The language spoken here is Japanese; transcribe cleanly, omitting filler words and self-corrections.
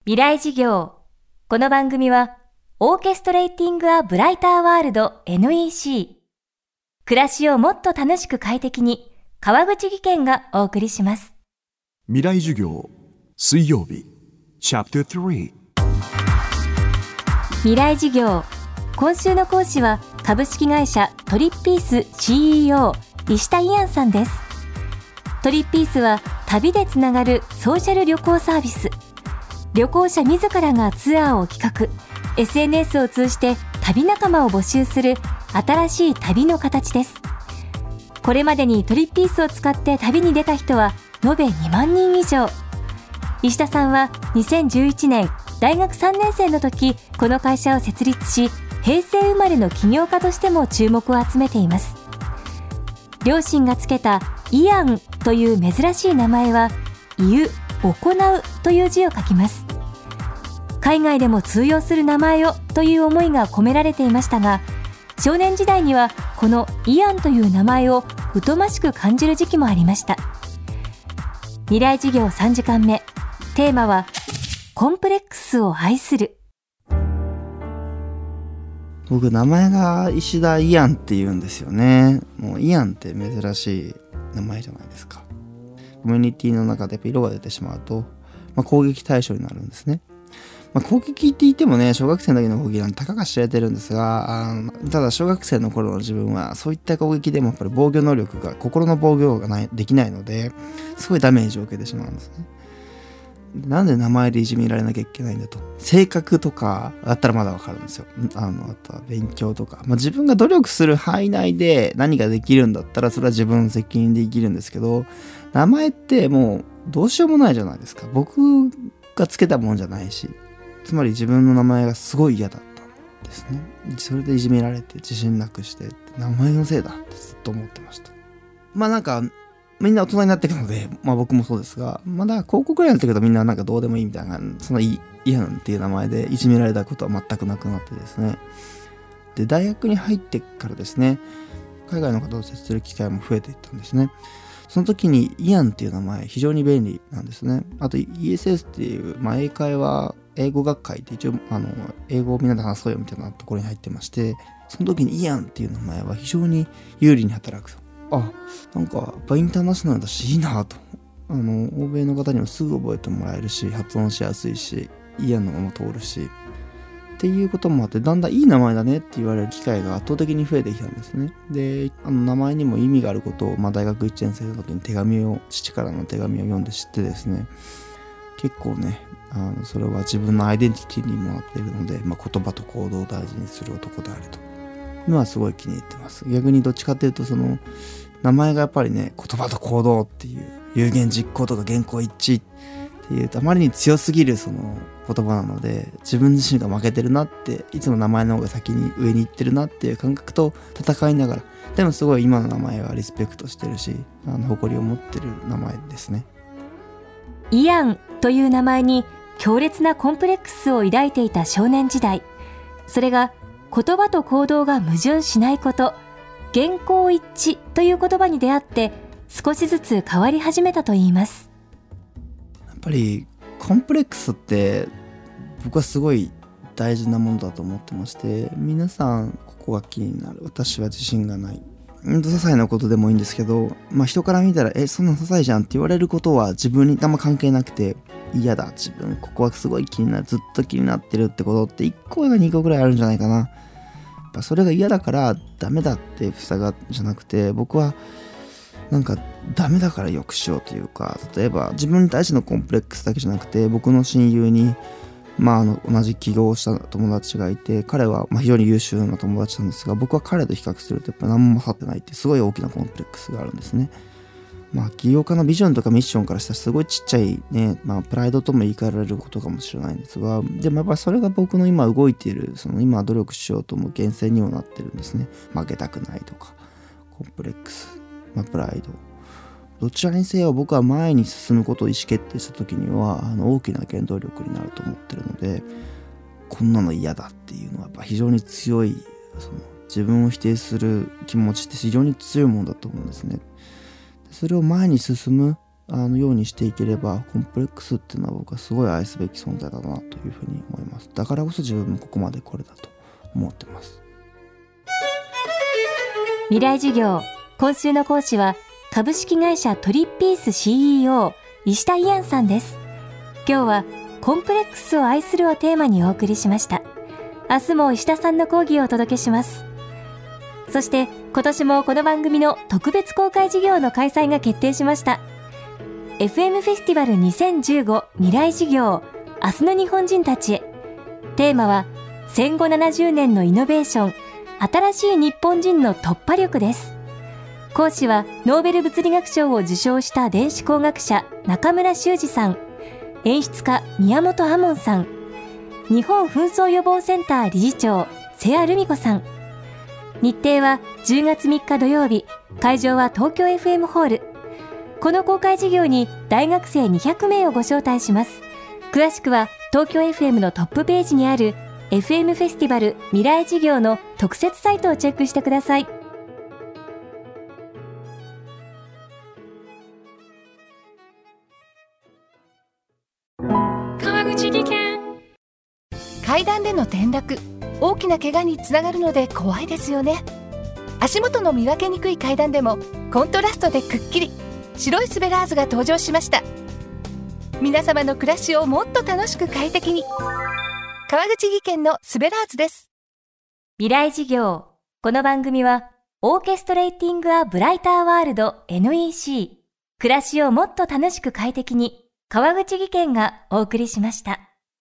未来事業。この番組はオーケストレーティング・ア・ブライター・ワールド NEC 暮らしをもっと楽しく快適に川口義賢がお送りします。 未来授業水曜日チャプター3 未来事業。今週の講師は株式会社トリッピース CEO 石田イアンさんです。トリッピースは旅でつながるソーシャル旅行サービス。旅行者自らがツアーを企画、SNS を通じて旅仲間を募集する新しい旅の形です。これまでにトリッピースを使って旅に出た人は延べ2万人以上。石田さんは2011年大学3年生の時、この会社を設立し、平成生まれの起業家としても注目を集めています。両親がつけたイアンという珍しい名前は、言う、行うという字を書きます。海外でも通用する名前をという思いが込められていましたが、少年時代にはこのイアンという名前を疎ましく感じる時期もありました。未来事業3時間目、テーマはコンプレックスを愛する。 僕名前が石田イアンって言うんですよね。もうイアンって珍しい名前じゃないですか。コミュニティの中でやっぱ色が出てしまうと、攻撃対象になるんですね。攻撃って言ってもね、小学生の時の攻撃なんてたかが知られてるんですが、ただ小学生の頃の自分はそういった攻撃でもやっぱり防御能力が、心の防御ができないので、すごいダメージを受けてしまうんですね。なんで名前でいじめられなきゃいけないんだと。性格とかだったらまだわかるんですよ。あとは勉強とか。自分が努力する範囲内で何ができるんだったら、それは自分の責任で生きるんですけど、名前ってもうどうしようもないじゃないですか。僕がつけたもんじゃないし。つまり自分の名前がすごい嫌だったんですね。それでいじめられて自信なくして、名前のせいだってずっと思ってました。みんな大人になっていくので、僕もそうですが、まだ高校くらいになってくるとみんなどうでもいいみたいな、そのイアンっていう名前でいじめられたことは全くなくなってですね。で、大学に入ってからですね、海外の方と接する機会も増えていったんですね。その時にイアンっていう名前非常に便利なんですね。あと ESS っていう、英会話、英語学会って一応、英語をみんなで話そうよみたいなところに入ってまして、その時にイアンっていう名前は非常に有利に働くと。なんかやっぱインターナショナルだしいいなと。欧米の方にもすぐ覚えてもらえるし、発音しやすいし、イアンのまま通るしっていうこともあって、だんだんいい名前だねって言われる機会が圧倒的に増えてきたんですね。で、名前にも意味があることを、大学1年生の時に父からの手紙を読んで知ってですね、結構ね、それは自分のアイデンティティにもなっているので、言葉と行動を大事にする男であると。今はすごい気に入ってます。逆にどっちかっていうと、その名前がやっぱりね、言葉と行動っていう有言実行とか言行一致っていうあまりに強すぎるその言葉なので、自分自身が負けてるなって、いつも名前の方が先に上に行ってるなっていう感覚と戦いながら、でもすごい今の名前はリスペクトしてるし、誇りを持ってる名前ですね。 イアンという名前に強烈なコンプレックスを抱いていた少年時代。それが言葉と行動が矛盾しないこと、言行一致という言葉に出会って少しずつ変わり始めたといいます。 やっぱりコンプレックスって僕はすごい大事なものだと思ってまして、皆さんここが気になる、私は自信がない、些細なことでもいいんですけど、人から見たらそんな些細じゃんって言われることは自分にあんま関係なくて、嫌だ、自分ここはすごい気になる、ずっと気になってるってことって1個や2個ぐらいあるんじゃないかな。やっぱそれが嫌だからダメだって塞がじゃなくて、僕はダメだから良くしようというか、例えば自分に対してのコンプレックスだけじゃなくて、僕の親友に同じ起業をした友達がいて、彼は非常に優秀な友達なんですが、僕は彼と比較するとやっぱ何も勝ってないってすごい大きなコンプレックスがあるんですね。起業家のビジョンとかミッションからしたらすごいちっちゃいね、プライドとも言い換えられることかもしれないんですが、でもやっぱりそれが僕の今動いている、今努力しようと思う源泉にもなってるんですね。負けたくないとか、コンプレックス、プライド。どちらにせよ僕は前に進むことを意思決定した時には大きな原動力になると思ってるので、こんなの嫌だっていうのはやっぱ非常に強い、自分を否定する気持ちって非常に強いものだと思うんですね。それを前に進むようにしていければ、コンプレックスっていうのは僕はすごい愛すべき存在だなというふうに思います。だからこそ自分もここまでこれだと思ってます。 未来授業、今週の講師は株式会社トリッピース CEO 石田イアンさんです。今日はコンプレックスを愛するをテーマにお送りしました。明日も石田さんの講義をお届けします。そして今年もこの番組の特別公開授業の開催が決定しました。FM フェスティバル2015未来授業、明日の日本人たちへ。テーマは戦後70年のイノベーション、新しい日本人の突破力です。講師はノーベル物理学賞を受賞した電子工学者中村修二さん、演出家宮本亞門さん、日本紛争予防センター理事長瀬谷留美子さん。日程は10月3日土曜日、会場は東京 FM ホール。この公開授業に大学生200名をご招待します。詳しくは東京 FM のトップページにある FM フェスティバル未来授業の特設サイトをチェックしてください。 川口技研。階段での転落、大きな怪我につながるので怖いですよね。足元の見分けにくい階段でもコントラストでくっきり白いスベラーズが登場しました。皆様の暮らしをもっと楽しく快適に、川口技研のスベラーズです。 未来授業、この番組はオーケストレーティングアブライターワールド NEC、暮らしをもっと楽しく快適に、川口技研がお送りしました。